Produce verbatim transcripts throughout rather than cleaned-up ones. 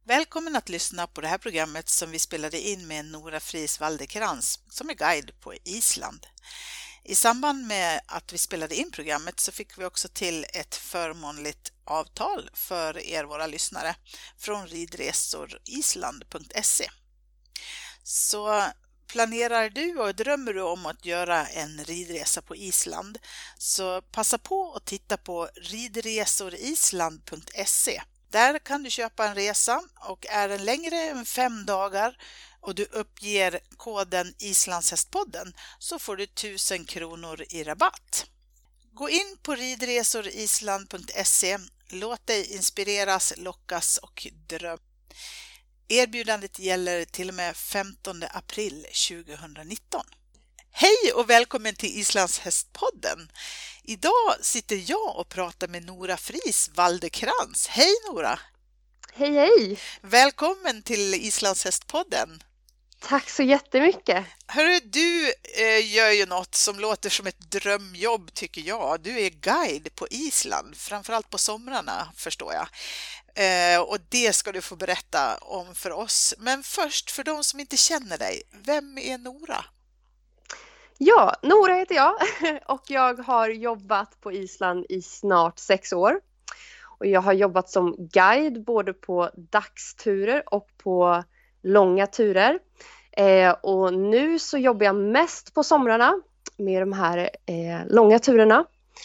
Välkommen att lyssna på det här programmet som vi spelade in med Nora Friis Waldekrans som är guide på Island. I samband med att vi spelade in programmet så fick vi också till ett förmånligt avtal för er våra lyssnare från ridresorisland punkt se. Så planerar du och drömmer du om att göra en ridresa på Island så passa på att titta på ridresorisland punkt se. Där kan du köpa en resa och är den längre än fem dagar och du uppger koden Islandshästpodden så får du tusen kronor i rabatt. Gå in på ridresorisland punkt se, låt dig inspireras, lockas och dröm. Erbjudandet gäller till och med femtonde april tjugonitton. Hej och välkommen till Islandshästpodden. Idag sitter jag och pratar med Nora Friis Waldekrans. Hej Nora! Hej hej! Välkommen till Islandshästpodden. Tack så jättemycket! Hörru, du eh, gör ju något som låter som ett drömjobb tycker jag. Du är guide på Island, framförallt på somrarna förstår jag. Eh, och det ska du få berätta om för oss. Men först, för de som inte känner dig, vem är Nora? Ja, Nora heter jag och jag har jobbat på Island i snart sex år. Och jag har jobbat som guide både på dagsturer och på långa turer. Eh, och nu så jobbar jag mest på somrarna med de här eh, långa turerna.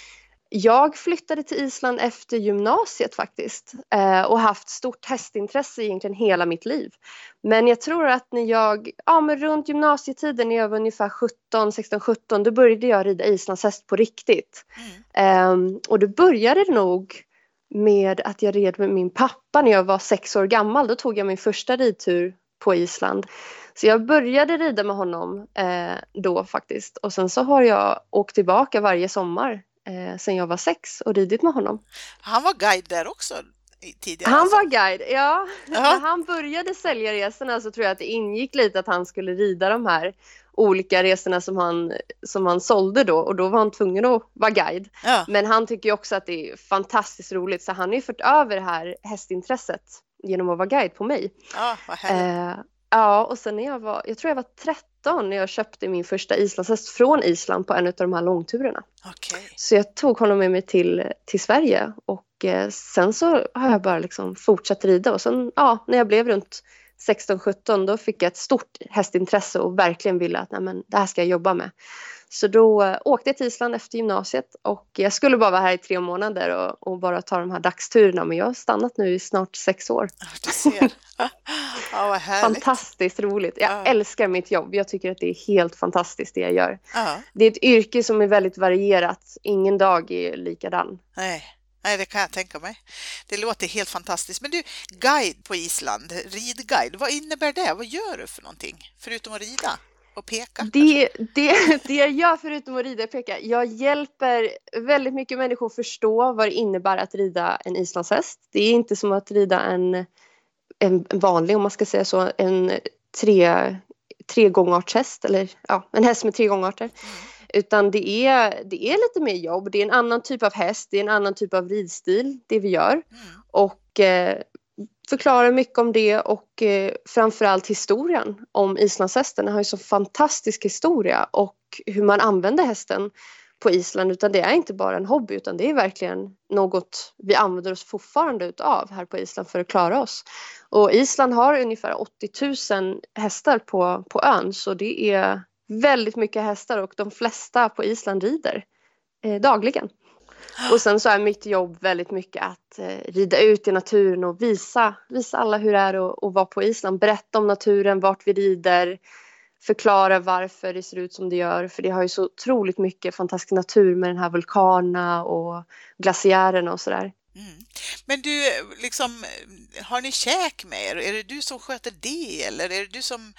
Jag flyttade till Island efter gymnasiet faktiskt eh, och haft stort hästintresse egentligen hela mitt liv. Men jag tror att när jag, ja men runt gymnasietiden när jag var ungefär sjutton, sexton, sjutton, då började jag rida islandshäst på riktigt. Mm. Eh, och det började nog med att jag red med min pappa när jag var sex år gammal. Då tog jag min första ridtur på Island. Så jag började rida med honom eh, då faktiskt. Och sen så har jag åkt tillbaka varje sommar. Eh, sen jag var sex och ridit med honom. Han var guide där också tidigare? Han alltså. var guide, ja. När han började sälja resorna så tror jag att det ingick lite att han skulle rida de här olika resorna som han, som han sålde då. Och då var han tvungen att vara guide. Ja. Men han tycker ju också att det är fantastiskt roligt. Så han har ju fört över det här hästintresset genom att vara guide på mig. Ja, vad härligt. Eh, ja, och sen när jag var, jag tror jag var tretton när jag köpte min första islandshäst från Island på en av de här långturerna. Okay. Så jag tog honom med mig till, till Sverige och eh, sen så har jag bara liksom fortsatt rida. Och sen, ja, när jag blev runt sexton sjutton då fick jag ett stort hästintresse och verkligen ville att nej, men, det här ska jag jobba med. Så då äh, åkte jag till Island efter gymnasiet och jag skulle bara vara här i tre månader och, och bara ta de här dagsturerna. Men jag har stannat nu i snart sex år. Ja, du ser. Ja, vad härligt. Fantastiskt roligt. Jag ja. älskar mitt jobb. Jag tycker att det är helt fantastiskt det jag gör. Ja. Det är ett yrke som är väldigt varierat. Ingen dag är likadan. Nej. Nej, det kan jag tänka mig. Det låter helt fantastiskt. Men du, guide på Island, ridguide, vad innebär det? Vad gör du för någonting? Förutom att rida och peka? Det, det, det jag gör förutom att rida och peka, jag hjälper väldigt mycket människor att förstå vad det innebär att rida en islandshäst. Det är inte som att rida en, en vanlig, om man ska säga så, en tre, tre gångartshäst, eller ja, en häst med tre gångarter. Mm. Utan det är, det är lite mer jobb. Det är en annan typ av häst. Det är en annan typ av ridstil, det vi gör. Mm. Och eh, förklarar mycket om det. Och eh, framförallt historien om islandshästen. Den har ju så fantastisk historia. Och hur man använder hästen på Island. Utan det är inte bara en hobby. Utan det är verkligen något vi använder oss fortfarande utav här på Island för att klara oss. Och Island har ungefär åttio tusen hästar på, på ön. Så det är väldigt mycket hästar och de flesta på Island rider eh, dagligen. Och sen så är mitt jobb väldigt mycket att eh, rida ut i naturen och visa, visa alla hur det är att, att vara på Island. Berätta om naturen, vart vi rider, förklara varför det ser ut som det gör. För det har ju så otroligt mycket fantastisk natur med den här vulkanerna och glaciärerna och sådär. Mm. Men du, liksom, har ni käk med er? Är det du som sköter det eller är det du som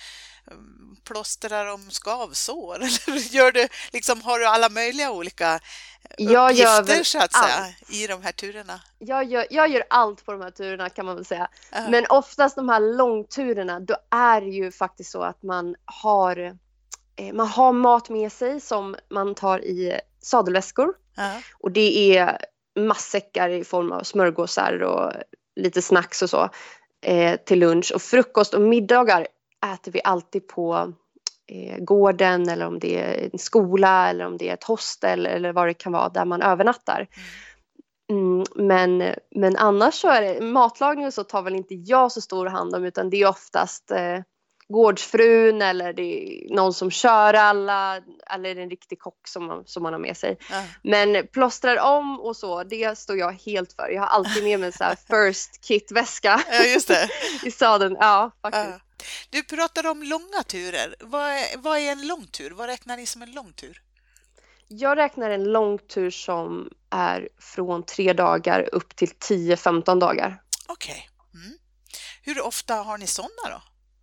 plåstrar om skavsår eller gör du liksom, har du alla möjliga olika jag uppgifter gör så att säga i de här turerna? Jag gör, jag gör allt på de här turerna kan man väl säga. Uh-huh. Men oftast de här långturerna, då är det ju faktiskt så att man har eh, man har mat med sig som man tar i sadelväskor. Uh-huh. Och det är matsäckar i form av smörgåsar och lite snacks och så. eh, till lunch. Och frukost och middagar äter vi alltid på eh, gården, eller om det är en skola eller om det är ett hostel eller vad det kan vara där man övernattar. Mm, men, men annars så är det matlagning och så tar väl inte jag så stor hand om, utan det är oftast eh, gårdsfrun eller det är någon som kör alla, eller en riktig kock som man, som man har med sig. Ja. Men plåstrar om och så, det står jag helt för. Jag har alltid med mig en så här first kit-väska. Ja, just det. I sadeln, ja faktiskt. Ja. Du pratar om långa turer. Vad är, vad är en lång tur? Vad räknar ni som en lång tur? Jag räknar en lång tur som är från tre dagar upp till tio femton dagar. Okej. Okay. Mm. Hur ofta har ni sådana då?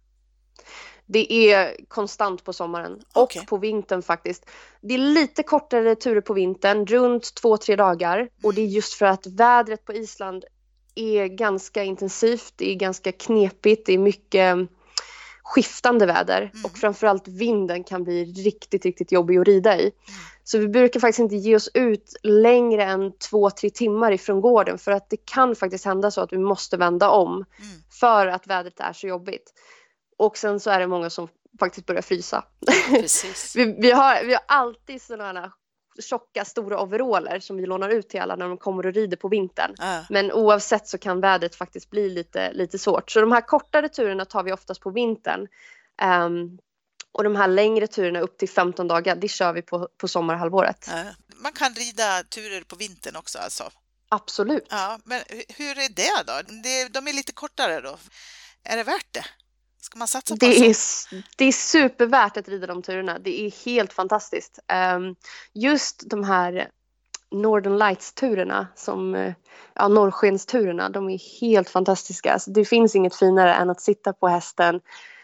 Det är konstant på sommaren och Okay. på vintern faktiskt. Det är lite kortare turer på vintern, runt två, tre dagar. Mm. Och det är just för att vädret på Island är ganska intensivt, det är ganska knepigt, det är mycket skiftande väder. Mm. Och framförallt vinden kan bli riktigt, riktigt jobbig att rida i. Mm. Så vi brukar faktiskt inte ge oss ut längre än två, tre timmar ifrån gården. För att det kan faktiskt hända så att vi måste vända om. Mm. För att vädret är så jobbigt. Och sen så är det många som faktiskt börjar frysa. Precis. vi, vi, har, vi har alltid sådana tjocka stora overaller som vi lånar ut till alla när de kommer och rider på vintern. Uh. Men oavsett så kan vädret faktiskt bli lite, lite svårt. Så de här kortare turerna tar vi oftast på vintern. Um, och de här längre turerna upp till femton dagar, det kör vi på, på sommarhalvåret. Uh. Man kan rida turer på vintern också alltså? Absolut. Ja, men hur är det då? Det, de är lite kortare då. Är det värt det? Ska man satsa på det, är, så? det är supervärt att rida de turerna. Det är helt fantastiskt. Um, just de här Northern Lights-turerna, som, ja, norrskensturerna, de är helt fantastiska. Alltså, det finns inget finare än att sitta på hästen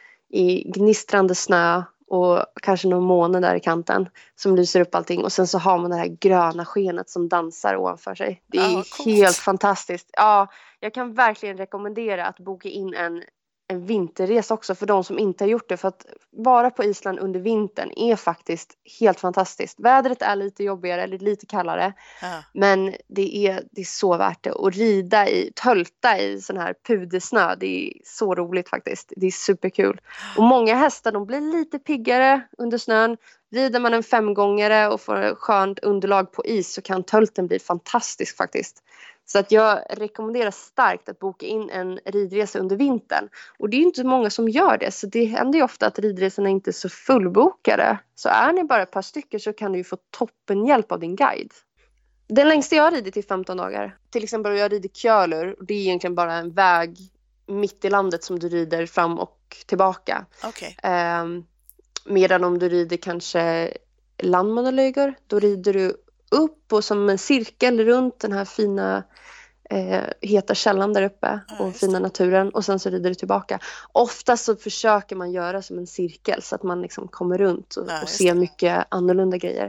i gnistrande snö och kanske någon måne där i kanten som lyser upp allting. Och sen så har man det här gröna skenet som dansar ovanför sig. Det är ja, helt fantastiskt. Ja, jag kan verkligen rekommendera att boka in en en vinterresa också för de som inte har gjort det, för att vara på Island under vintern är faktiskt helt fantastiskt. Vädret är lite jobbigare eller lite kallare, ja. Men det är, det är så värt det. Och rida i, tölta i sån här pudersnö, det är så roligt faktiskt. Det är superkul. Och många hästar, de blir lite piggare under snön. Rider man en femgångare och får skönt underlag på is så kan tölten bli fantastisk faktiskt. Så att jag rekommenderar starkt att boka in en ridresa under vintern. Och det är ju inte så många som gör det. Så det händer ju ofta att ridresorna inte är så fullbokade. Så är ni bara ett par stycken så kan du ju få toppen hjälp av din guide. Den längsta jag har ridit i femton dagar. Till exempel jag rider Kjölur. Det är egentligen bara en väg mitt i landet som du rider fram och tillbaka. Okay. Eh, medan om du rider kanske Landmannalögur, då rider du upp och som en cirkel runt den här fina eh, heta källan där uppe ja, och fina naturen, och sen så rider du tillbaka. Ofta så försöker man göra som en cirkel så att man liksom kommer runt och, ja, och ser mycket annorlunda grejer.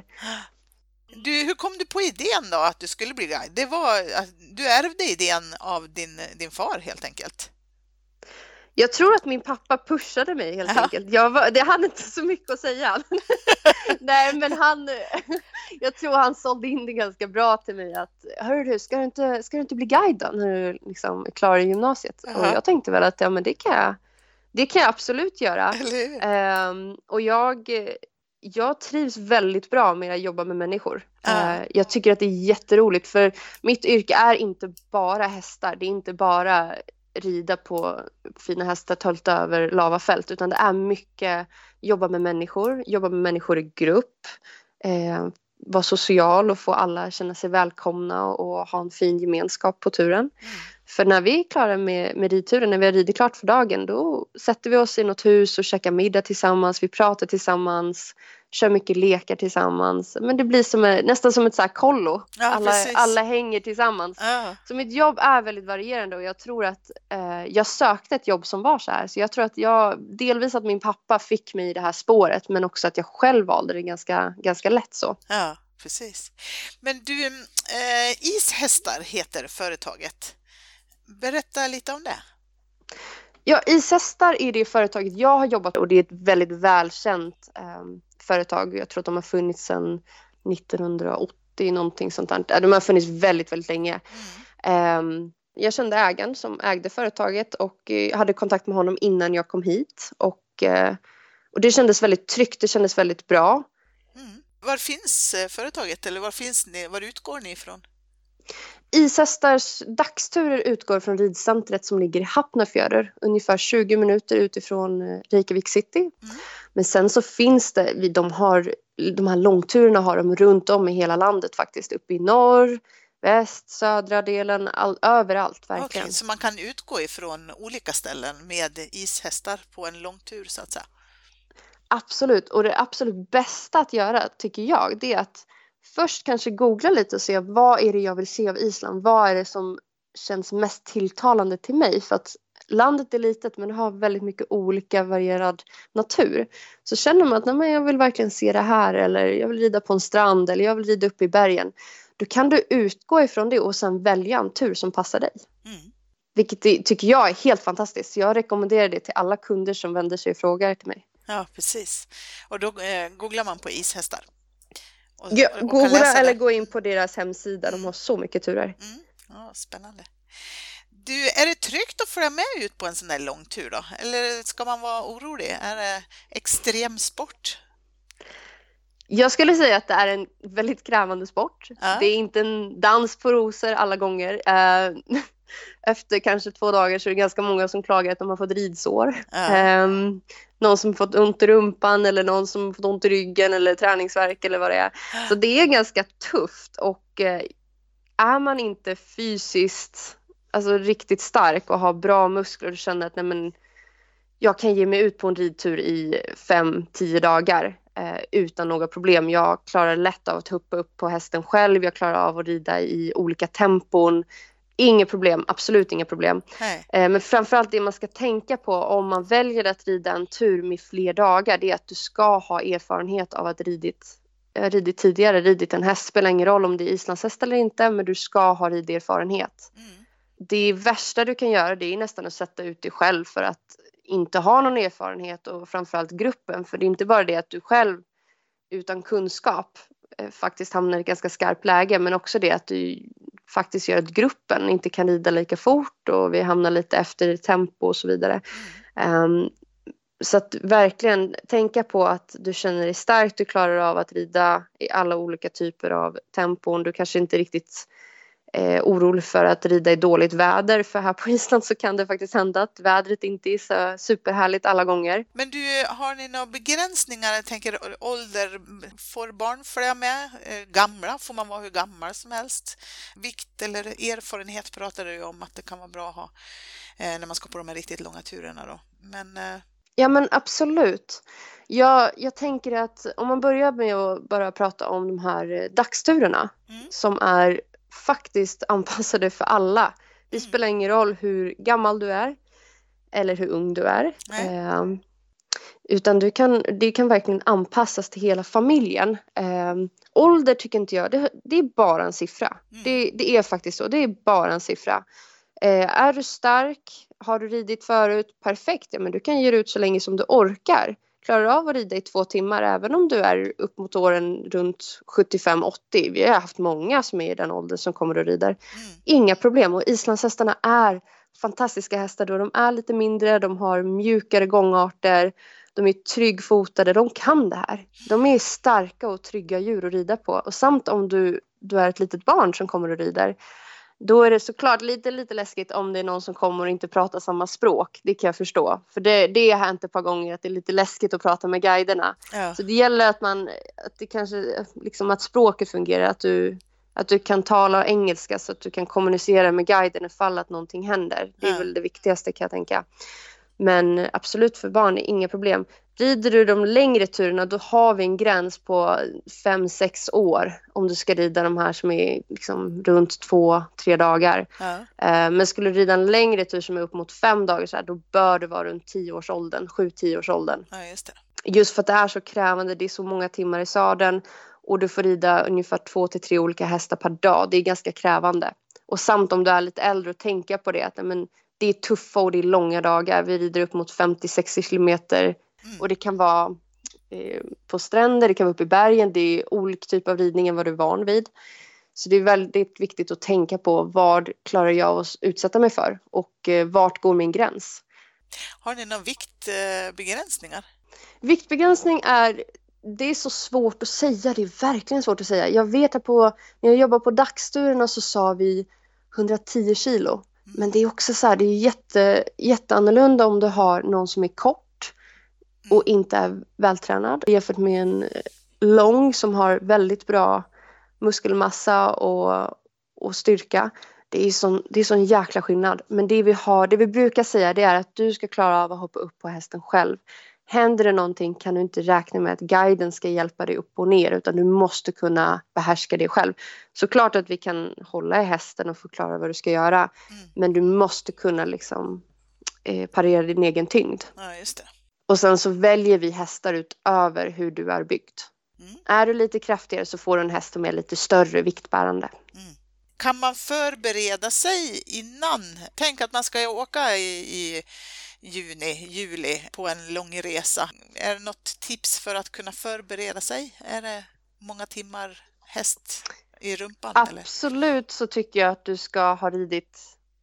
Du, hur kom du på idén då att du skulle bli guide? Det var att du ärvde idén av din, din far helt enkelt. Jag tror att min pappa pushade mig helt ja. enkelt. Jag var, det hade inte så mycket att säga. Nej, men han, jag tror han sålde in det ganska bra till mig. Att, hör du, ska du inte, ska du inte bli guide då när du liksom är klar i gymnasiet? Uh-huh. Och jag tänkte väl att ja, men det kan jag, det kan jag absolut göra. Um, och jag, jag trivs väldigt bra med att jobba med människor. Uh-huh. Uh, jag tycker att det är jätteroligt, för mitt yrke är inte bara hästar. Det är inte bara rida på fina hästar, tölta över lavafält, utan det är mycket jobba med människor, jobba med människor i grupp, eh, vara social och få alla känna sig välkomna och, och ha en fin gemenskap på turen. Mm. För när vi är klara med, med ridturen, när vi har ridit klart för dagen, då sätter vi oss i något hus och käkar middag tillsammans, vi pratar tillsammans, kör mycket lekar tillsammans. Men det blir som en, nästan som ett så här kollo. Ja, alla, alla hänger tillsammans. Ja. Så mitt jobb är väldigt varierande, och jag tror att eh, jag sökte ett jobb som var så här. Så jag tror att jag, delvis att min pappa fick mig i det här spåret, men också att jag själv valde det ganska, ganska lätt så. Ja, precis. Men du, eh, Ishästar heter företaget. Berätta lite om det. Ja, Ishästar är det företaget jag har jobbat, och det är ett väldigt välkänt eh, företag. Jag tror att de har funnits sedan nittonhundraåttio, någonting sånt där. De har funnits väldigt, väldigt länge. Mm. Um, Jag kände ägaren som ägde företaget och jag hade kontakt med honom innan jag kom hit. Och, och det kändes väldigt tryggt, det kändes väldigt bra. Mm. Var finns företaget eller var, finns ni, var utgår ni ifrån? Ishästars dagsturer utgår från ridcentret som ligger i Hafnarfjörður, ungefär tjugo minuter utifrån Reykjavik city. Mm. Men sen så finns det, de, har, de här långturerna har de runt om i hela landet faktiskt, uppe i norr, väst, södra delen, all, överallt verkligen. Okej, så man kan utgå ifrån olika ställen med ishästar på en långtur så att säga? Absolut, och det absolut bästa att göra tycker jag, det är att först kanske googla lite och se vad är det jag vill se av Island. Vad är det som känns mest tilltalande till mig? För att landet är litet men det har väldigt mycket olika varierad natur. Så känner man att nej, men jag vill verkligen se det här eller jag vill rida på en strand eller jag vill rida upp i bergen. Då kan du utgå ifrån det och sen välja en tur som passar dig. Mm. Vilket tycker jag är helt fantastiskt. Jag rekommenderar det till alla kunder som vänder sig och frågar till mig. Ja, precis. Och då eh, googlar man på ishästar. Och, ja, och googla eller gå in på deras hemsida. De har så mycket turer. Mm. Ja, spännande. Du, är det tryggt att följa med ut på en sån här lång tur då? Eller ska man vara orolig? Är det extrem sport? Jag skulle säga att det är en väldigt krävande sport. Ja. Det är inte en dans på rosor alla gånger. Efter kanske två dagar så är det ganska många som klagar att de har fått ridsår. Ja. Um, någon som fått ont i rumpan eller någon som fått ont i ryggen eller träningsvärk eller vad det är. Så det är ganska tufft och uh, är man inte fysiskt alltså riktigt stark och har bra muskler och känner att nej, men, jag kan ge mig ut på en ridtur i fem, tio dagar eh, utan några problem. Jag klarar lätt av att hoppa upp på hästen själv. Jag klarar av att rida i olika tempon. Inga problem, absolut inga problem. Eh, men framförallt det man ska tänka på om man väljer att rida en tur med fler dagar, det är att du ska ha erfarenhet av att ridit, eh, ridit tidigare. Ridit en häst, spelar ingen roll om det är islandshäst eller inte, men du ska ha riderfarenhet. Mm. Det värsta du kan göra det är nästan att sätta ut dig själv för att inte ha någon erfarenhet och framförallt gruppen. För det är inte bara det att du själv utan kunskap eh, faktiskt hamnar i ett ganska skarpt läge, men också det att du faktiskt gör att gruppen inte kan rida lika fort och vi hamnar lite efter i tempo och så vidare. Mm. Um, så att verkligen tänka på att du känner dig stark, du klarar av att rida i alla olika typer av tempon. Du kanske inte riktigt Eh, orolig för att rida i dåligt väder, för här på Island så kan det faktiskt hända att vädret inte är så superhärligt alla gånger. Men du, har ni några begränsningar? Jag tänker ålder, får barn följa med? Eh, gamla, får man vara hur gammal som helst? Vikt eller erfarenhet pratar du om att det kan vara bra att ha eh, när man ska på de här riktigt långa turerna då. Men, eh... Ja men absolut. Jag, jag tänker att om man börjar med att bara prata om de här dagsturerna mm. som är faktiskt anpassade för alla. Det spelar ingen roll hur gammal du är eller hur ung du är. Eh, utan du kan, det kan verkligen anpassas till hela familjen. Eh, ålder tycker inte jag, det, det är bara en siffra. Mm. Det, det är faktiskt så, det är bara en siffra. Eh, är du stark, har du ridit förut, perfekt. Ja, men du kan ge ut så länge som du orkar. Klarar av att rida i två timmar även om du är upp mot åren runt sjuttiofem åttio. Vi har haft många som är i den åldern som kommer och rider. Mm. Inga problem. Och islandshästarna är fantastiska hästar då. De är lite mindre, de har mjukare gångarter, de är tryggfotade, de kan det här. De är starka och trygga djur att rida på. Och samt om du, du är ett litet barn som kommer och rider, då är det såklart lite, lite läskigt om det är någon som kommer och inte pratar samma språk. Det kan jag förstå. För det, det har hänt ett par gånger att det är lite läskigt att prata med guiderna. Ja. Så det gäller att man, att det kanske, liksom att språket fungerar. Att du, att du kan tala engelska så att du kan kommunicera med guiden ifall att någonting händer. Det är ja. väl det viktigaste kan jag tänka. Men absolut för barn är inga problem. Rider du de längre turerna då har vi en gräns på fem sex år. Om du ska rida de här som är liksom runt två tre dagar. Ja. Men skulle du rida en längre tur som är upp mot fem dagar så här, då bör det vara runt tio års åldern, sju tio års åldern. Ja, just det. Just för att det är så krävande, det är så många timmar i sadeln. Och du får rida ungefär två till tre olika hästar per dag. Det är ganska krävande. Och samt om du är lite äldre och tänka på det att men, det är tuffa och det är långa dagar. Vi rider upp mot femtio till sextio kilometer. Mm. Och det kan vara eh, på stränder, det kan vara uppe i bergen. Det är olika typer av ridning än vad du är van vid. Så det är väldigt viktigt att tänka på vad klarar jag att utsätta mig för och eh, vart går min gräns. Har ni någon viktbegränsningar? Viktbegränsning är, det är så svårt att säga, det är verkligen svårt att säga. Jag vet att på, när jag jobbade på dagsturerna så sa vi hundratio kilo. Mm. Men det är också så här, det är jätte, jätteannorlunda om du har någon som är kort och inte är vältränad jämfört med en lång som har väldigt bra muskelmassa och, och styrka. Det är sån, det är sån jäkla skillnad. Men det vi har, det vi brukar säga, det är att du ska klara av att hoppa upp på hästen själv. Händer det någonting kan du inte räkna med att guiden ska hjälpa dig upp och ner, utan du måste kunna behärska det själv. Såklart att vi kan hålla i hästen och förklara vad du ska göra. Mm. Men du måste kunna liksom eh, parera din egen tyngd. Ja, just det. Och sen så väljer vi hästar utöver hur du är byggd. Mm. Är du lite kraftigare så får du en häst som är lite större viktbärande. Mm. Kan man förbereda sig innan? Tänk att man ska åka i, i juni, juli på en lång resa. Är det något tips för att kunna förbereda sig? Är det många timmar häst i rumpan? Absolut, eller? Så tycker jag att du ska ha ridit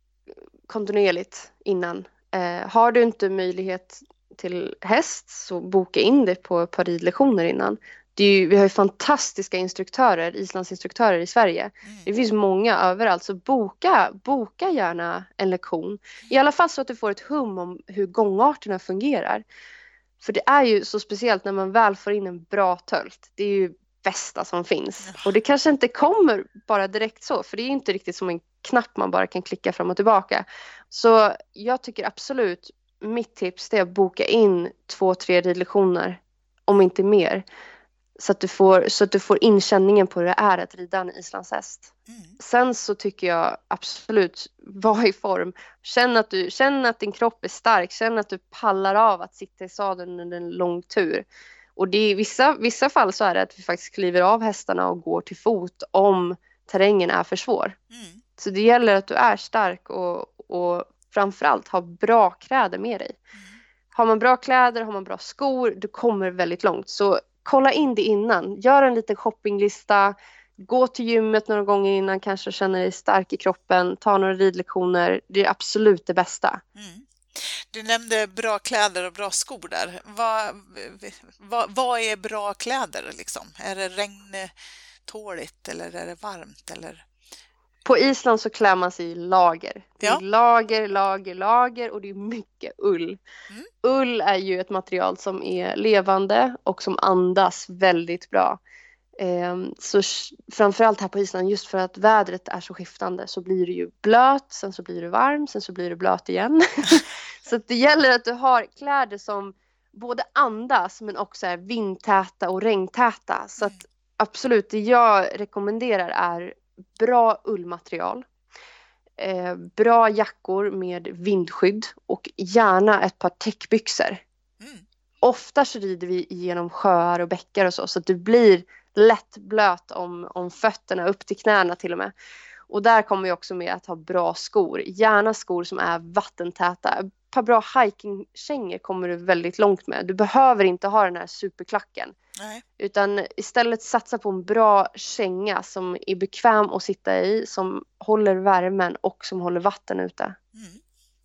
kontinuerligt innan. Eh, har du inte möjlighet till häst så boka in det på ett par ridlektioner innan. Det är ju, vi har ju fantastiska instruktörer, islandsinstruktörer i Sverige. Mm. Det finns många överallt, så boka, boka gärna en lektion. I alla fall så att du får ett hum om hur gångarterna fungerar. För det är ju så speciellt när man väl får in en bra tölt. Det är ju bästa som finns. Och det kanske inte kommer bara direkt så, för det är inte riktigt som en knapp man bara kan klicka fram och tillbaka. Så jag tycker absolut, mitt tips är att boka in två, tre ridlektioner, om inte mer. Så att, du får, så att du får inkänningen på hur det är att rida en islandshäst. Mm. Sen så tycker jag absolut, var i form. Känn att, du, känn att din kropp är stark. Känn att du pallar av att sitta i sadeln under en lång tur. Och det är, vissa, vissa fall så är det att vi faktiskt kliver av hästarna och går till fot om terrängen är för svår. Mm. Så det gäller att du är stark och, och framförallt ha bra kläder med dig. Mm. Har man bra kläder, har man bra skor, du kommer väldigt långt. Så kolla in det innan. Gör en liten shoppinglista. Gå till gymmet några gånger innan. Kanske känner dig stark i kroppen. Ta några ridlektioner. Det är absolut det bästa. Mm. Du nämnde bra kläder och bra skor där. Vad, vad, vad är bra kläder liksom? Är det regntåligt eller är det varmt? Eller? På Island så klär man sig i lager. Det är ja. lager, lager, lager och det är mycket ull. Mm. Ull är ju ett material som är levande och som andas väldigt bra. Ehm, så framförallt här på Island, just för att vädret är så skiftande, så blir det ju blöt, sen så blir det varm, sen så blir det blöt igen. Så att det gäller att du har kläder som både andas men också är vindtäta och regntäta. Så att absolut, det jag rekommenderar är bra ullmaterial, eh, bra jackor med vindskydd och gärna ett par täckbyxor. Mm. Ofta så rider vi genom sjöar och bäckar och så, så att du blir lätt blöt om, om fötterna upp till knäna till och med. Och där kommer jag också med att ha bra skor. Gärna skor som är vattentäta. Ett par bra hikingkängor kommer du väldigt långt med. Du behöver inte ha den här superklacken. Nej. Utan istället satsa på en bra känga som är bekväm att sitta i, som håller värmen och som håller vatten ute. Mm.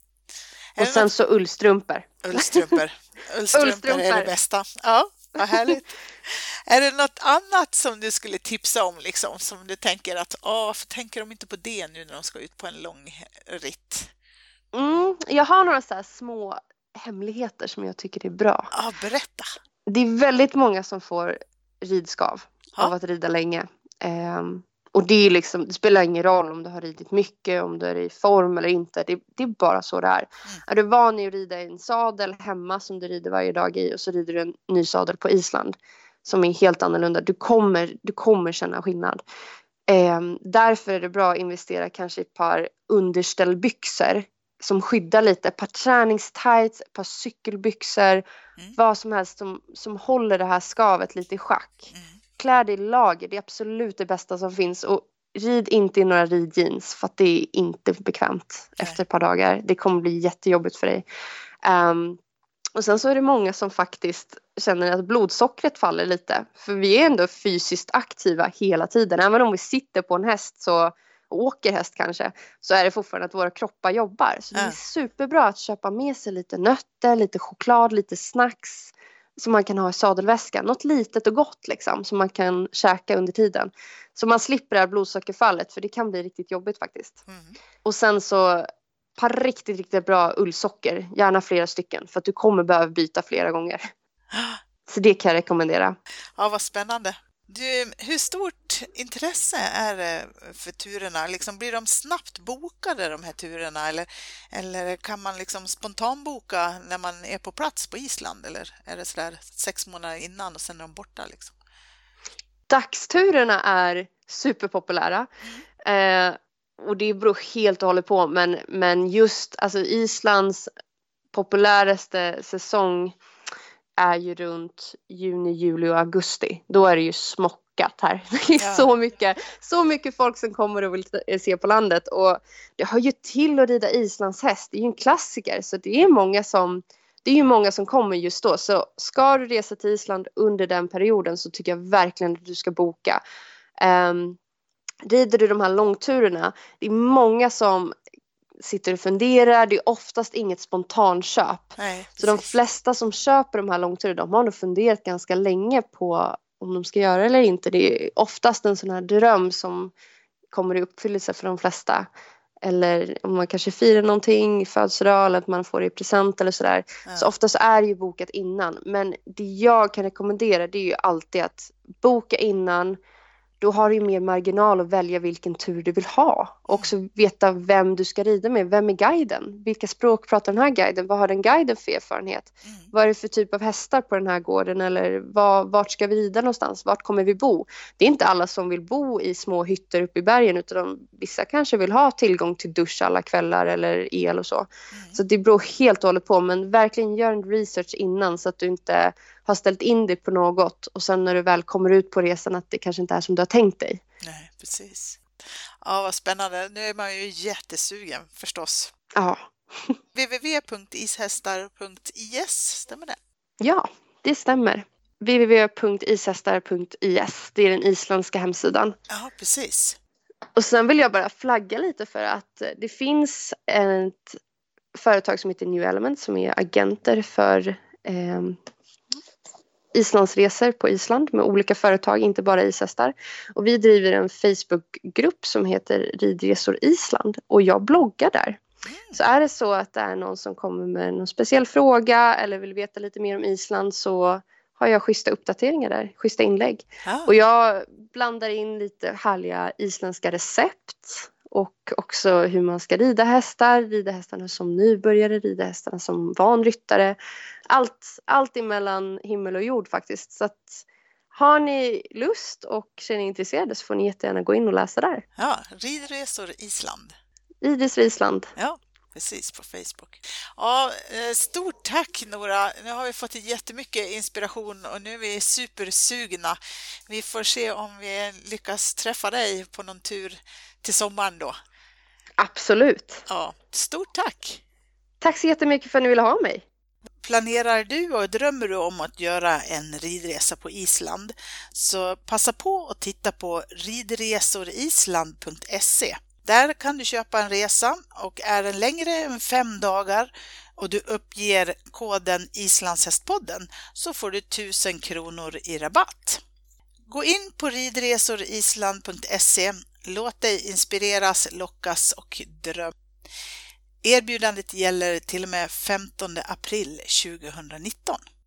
Och sen något... så ullstrumpor. Ullstrumpor. Ullstrumpor, Ullstrumpor är det bästa. Ja, vad härligt. Är det något annat som du skulle tipsa om liksom, som du tänker att åh, varför tänker de inte på det nu när de ska ut på en lång ritt? Mm, jag har några så här små hemligheter som jag tycker är bra. Ja, berätta. Det är väldigt många som får ridskav ha? av att rida länge. Um, och det, är liksom, det spelar ingen roll om du har ridit mycket, om du är i form eller inte. Det, det är bara så det är. Mm. Är du van att rida i en sadel hemma som du rider varje dag i, och så rider du en ny sadel på Island som är helt annorlunda. Du kommer, du kommer känna skillnad. Um, därför är det bra att investera kanske i ett par underställbyxor som skyddar lite, ett par träningstights, ett par cykelbyxor, mm. vad som helst som, som håller det här skavet lite i schack. Mm. Klär dig i lager, det är absolut det bästa som finns. Och rid inte i några ridjeans, för att det är inte bekvämt Nej. efter ett par dagar. Det kommer bli jättejobbigt för dig. Um, och sen så är det många som faktiskt känner att blodsockret faller lite. För vi är ändå fysiskt aktiva hela tiden. Även om vi sitter på en häst så åker häst kanske, så är det fortfarande att våra kroppar jobbar. Så det är superbra att köpa med sig lite nötter, lite choklad, lite snacks som man kan ha i sadelväskan. Något litet och gott liksom som man kan käka under tiden. Så man slipper det här blodsockerfallet, för det kan bli riktigt jobbigt faktiskt. Mm. Och sen så par riktigt, riktigt bra ullsocker. Gärna flera stycken, för att du kommer behöva byta flera gånger. Så det kan jag rekommendera. Ja, vad spännande. Du, hur stort intresse är det för turerna? Liksom, blir de snabbt bokade de här turerna? Eller, eller kan man liksom spontanboka när man är på plats på Island? Eller är det sådär sex månader innan och sen är de borta? Liksom? Dagsturerna är superpopulära. Mm. Eh, och det beror helt och hållet på. Men, men just alltså Islands populäraste säsong är ju runt juni, juli och augusti. Då är det ju smockat här. Det är ja. så mycket, så mycket folk som kommer och vill se på landet. Och det hör ju till att rida Islands häst. Det är ju en klassiker. Så det är många som, det är ju många som kommer just då. Så ska du resa till Island under den perioden så tycker jag verkligen att du ska boka. Um, rider du de här långturerna, det är många som sitter och funderar. Det är oftast inget spontanköp. Nej, så de flesta som köper de här långturerna, de har nog funderat ganska länge på om de ska göra eller inte. Det är oftast en sån här dröm som kommer i uppfyllelse för de flesta. Eller om man kanske firar någonting i födelsedag eller att man får det i present eller sådär. Ja. Så oftast är det ju bokat innan. Men det jag kan rekommendera, det är ju alltid att boka innan. Då har du ju mer marginal att välja vilken tur du vill ha. Och också veta vem du ska rida med. Vem är guiden? Vilka språk pratar den här guiden? Vad har den guiden för erfarenhet? Mm. Vad är det för typ av hästar på den här gården? Eller vad, vart ska vi rida någonstans? Vart kommer vi bo? Det är inte alla som vill bo i små hytter uppe i bergen. Utan de, vissa kanske vill ha tillgång till dusch alla kvällar eller el och så. Mm. Så det beror helt och hållet på. Men verkligen gör en research innan så att du inte har ställt in dig på något. Och sen när du väl kommer ut på resan att det kanske inte är som du har tänkt dig. Nej, precis. Ja, vad spännande. Nu är man ju jättesugen förstås. Ja. w w w punkt ishästar punkt i s, stämmer det? Ja, det stämmer. w w w punkt ishästar punkt i s, det är den isländska hemsidan. Ja, precis. Och sen vill jag bara flagga lite för att det finns ett företag som heter New Element som är agenter för eh, Islandsresor på Island med olika företag, inte bara ishästar. Och vi driver en Facebookgrupp som heter Ridresor Island och jag bloggar där. Mm. Så är det så att det är någon som kommer med någon speciell fråga eller vill veta lite mer om Island så har jag schyssta uppdateringar där, schyssta inlägg. Ah. Och jag blandar in lite härliga isländska recept och också hur man ska rida hästar, rida hästarna som nybörjare, rida hästarna som vanryttare. Allt, allt emellan himmel och jord faktiskt. Så att har ni lust och känner intresserade så får ni jättegärna gå in och läsa där. Ja, Ridresor Island. Ridresor Island. Ja, precis på Facebook. Ja, stort tack Nora. Nu har vi fått jättemycket inspiration och nu är vi supersugna. Vi får se om vi lyckas träffa dig på någon tur till sommaren då. Absolut. Ja, stort tack. Tack så jättemycket för att ni ville ha mig. Planerar du och drömmer du om att göra en ridresa på Island så passa på att titta på ridresorisland punkt se. Där kan du köpa en resa och är den längre än fem dagar och du uppger koden Islandshästpodden så får du tusen kronor i rabatt. Gå in på ridresorisland punkt se, låt dig inspireras, lockas och dröm. Erbjudandet gäller till och med femtonde april tjugonitton.